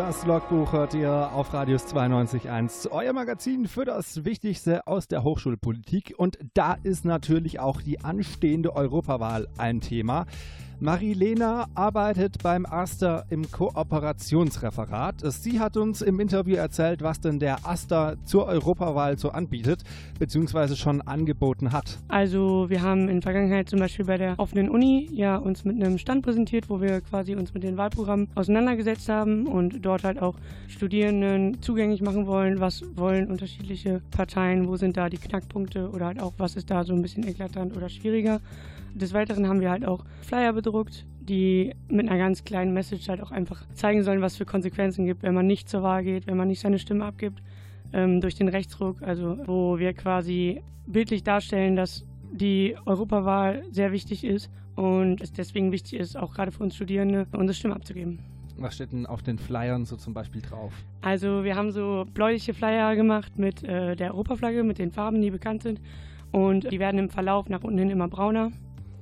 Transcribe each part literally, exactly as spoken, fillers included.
Das Logbuch hört ihr auf Radius zweiundneunzig Komma eins, euer Magazin für das Wichtigste aus der Hochschulpolitik. Und da ist natürlich auch die anstehende Europawahl ein Thema. Marilena arbeitet beim AStA im Kooperationsreferat. Sie hat uns im Interview erzählt, was denn der AStA zur Europawahl so anbietet, beziehungsweise schon angeboten hat. Also wir haben in der Vergangenheit zum Beispiel bei der offenen Uni ja uns mit einem Stand präsentiert, wo wir quasi uns mit den Wahlprogrammen auseinandergesetzt haben und dort halt auch Studierenden zugänglich machen wollen, was wollen unterschiedliche Parteien, wo sind da die Knackpunkte oder halt auch, was ist da so ein bisschen eklatant oder schwieriger. Des Weiteren haben wir halt auch Flyer bedruckt, die mit einer ganz kleinen Message halt auch einfach zeigen sollen, was für Konsequenzen gibt, wenn man nicht zur Wahl geht, wenn man nicht seine Stimme abgibt, ähm, durch den Rechtsruck, also wo wir quasi bildlich darstellen, dass die Europawahl sehr wichtig ist und es deswegen wichtig ist, auch gerade für uns Studierende, unsere Stimme abzugeben. Was steht denn auf den Flyern so zum Beispiel drauf? Also wir haben so bläuliche Flyer gemacht mit äh, der Europaflagge, mit den Farben, die bekannt sind, und die werden im Verlauf nach unten hin immer brauner.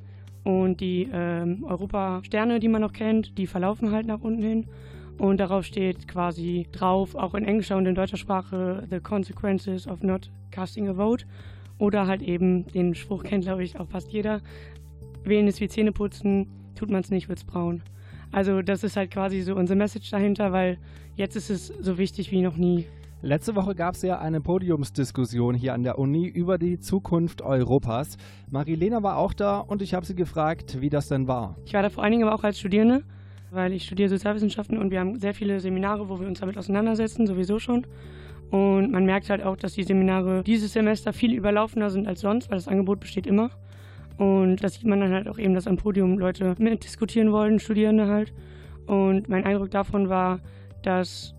Und die ähm, Europasterne, die man noch kennt, die verlaufen halt nach unten hin. Und darauf steht quasi drauf, auch in englischer und in deutscher Sprache, The Consequences of Not Casting a Vote. Oder halt eben, den Spruch kennt, glaube ich, auch fast jeder, wählen ist wie Zähneputzen, tut man es nicht, wird's braun. Also das ist halt quasi so unsere Message dahinter, weil jetzt ist es so wichtig wie noch nie. Letzte Woche gab es ja eine Podiumsdiskussion hier an der Uni über die Zukunft Europas. Marilena war auch da und ich habe sie gefragt, wie das denn war. Ich war da vor allen Dingen aber auch als Studierende, weil ich studiere Sozialwissenschaften und wir haben sehr viele Seminare, wo wir uns damit auseinandersetzen, sowieso schon. Und man merkt halt auch, dass die Seminare dieses Semester viel überlaufender sind als sonst, weil das Angebot besteht immer. Und das sieht man dann halt auch eben, dass am Podium Leute mitdiskutieren wollen, Studierende halt. Und mein Eindruck davon war, dass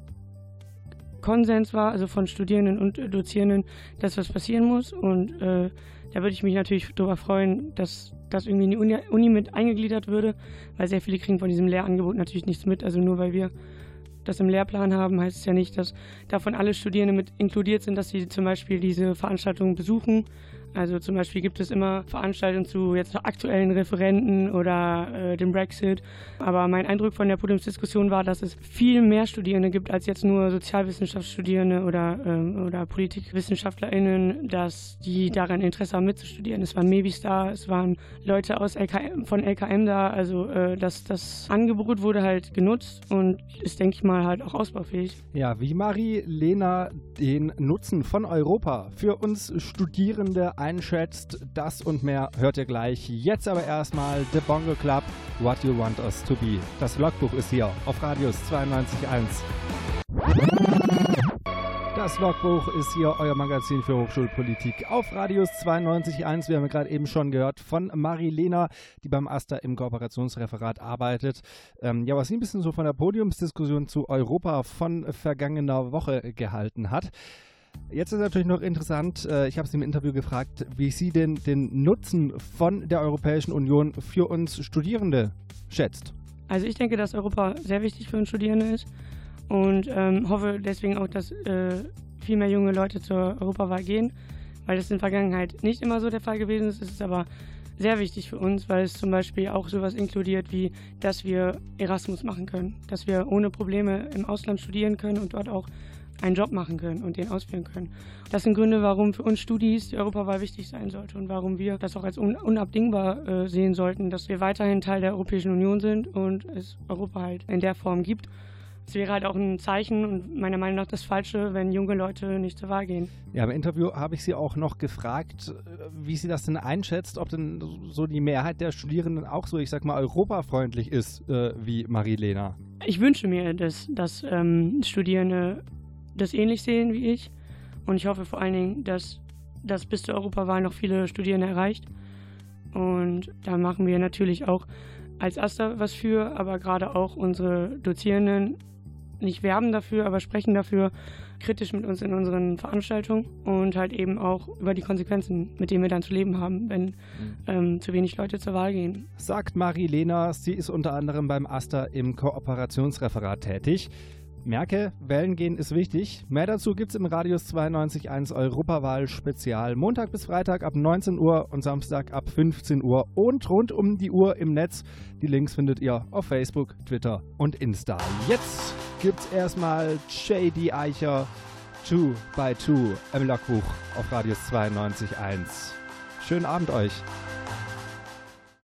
Konsens war, also von Studierenden und Dozierenden, dass was passieren muss. Und äh, da würde ich mich natürlich darüber freuen, dass das irgendwie in die Uni, Uni mit eingegliedert würde, weil sehr viele kriegen von diesem Lehrangebot natürlich nichts mit. Also nur weil wir das im Lehrplan haben, heißt es ja nicht, dass davon alle Studierende mit inkludiert sind, dass sie zum Beispiel diese Veranstaltungen besuchen. Also zum Beispiel gibt es immer Veranstaltungen zu jetzt aktuellen Referenten oder äh, dem Brexit. Aber mein Eindruck von der Podiumsdiskussion war, dass es viel mehr Studierende gibt als jetzt nur Sozialwissenschaftsstudierende oder, ähm, oder PolitikwissenschaftlerInnen, dass die daran Interesse haben mitzustudieren. Es waren Mebis da, es waren Leute aus L K M, von L K M da. Also äh, das, das Angebot wurde halt genutzt und ist, denke ich mal, halt auch ausbaufähig. Ja, wie Marilena den Nutzen von Europa für uns Studierende einschätzt, das und mehr hört ihr gleich. Jetzt aber erstmal The Bongo Club, What You Want Us To Be. Das Logbuch ist hier auf Radius zweiundneunzig Komma eins. Das Logbuch ist hier euer Magazin für Hochschulpolitik auf Radius zweiundneunzig Komma eins. Wir haben gerade eben schon gehört von Marilena, die beim AStA im Kooperationsreferat arbeitet. Ähm, ja, was sie ein bisschen so von der Podiumsdiskussion zu Europa von vergangener Woche gehalten hat. Jetzt ist natürlich noch interessant, äh, ich habe sie im Interview gefragt, wie sie denn den Nutzen von der Europäischen Union für uns Studierende schätzt. Also ich denke, dass Europa sehr wichtig für uns Studierende ist und ähm, hoffe deswegen auch, dass äh, viel mehr junge Leute zur Europawahl gehen, weil das in der Vergangenheit nicht immer so der Fall gewesen ist. Es ist aber sehr wichtig für uns, weil es zum Beispiel auch sowas inkludiert, wie dass wir Erasmus machen können, dass wir ohne Probleme im Ausland studieren können und dort auch einen Job machen können und den ausführen können. Das sind Gründe, warum für uns Studis die Europawahl wichtig sein sollte und warum wir das auch als un- unabdingbar äh, sehen sollten, dass wir weiterhin Teil der Europäischen Union sind und es Europa halt in der Form gibt. Es wäre halt auch ein Zeichen und meiner Meinung nach das Falsche, wenn junge Leute nicht zur Wahl gehen. Ja, im Interview habe ich sie auch noch gefragt, wie sie das denn einschätzt, ob denn so die Mehrheit der Studierenden auch so, ich sag mal, europafreundlich ist äh, wie Marilena. Ich wünsche mir, dass, dass ähm, Studierende das ähnlich sehen wie ich und ich hoffe vor allen Dingen, dass das bis zur Europawahl noch viele Studierende erreicht und da machen wir natürlich auch als AStA was für, aber gerade auch unsere Dozierenden nicht werben dafür, aber sprechen dafür kritisch mit uns in unseren Veranstaltungen und halt eben auch über die Konsequenzen, mit denen wir dann zu leben haben, wenn mhm. ähm, zu wenig Leute zur Wahl gehen. Sagt Marilena, sie ist unter anderem beim AStA im Kooperationsreferat tätig. Merke, wählen gehen ist wichtig. Mehr dazu gibt's im Radius zweiundneunzig Komma eins Europawahl-Spezial. Montag bis Freitag ab neunzehn Uhr und Samstag ab fünfzehn Uhr und rund um die Uhr im Netz. Die Links findet ihr auf Facebook, Twitter und Insta. Jetzt gibt's erstmal J D Eicher two by two im Logbuch auf Radius zweiundneunzig Komma eins. Schönen Abend euch.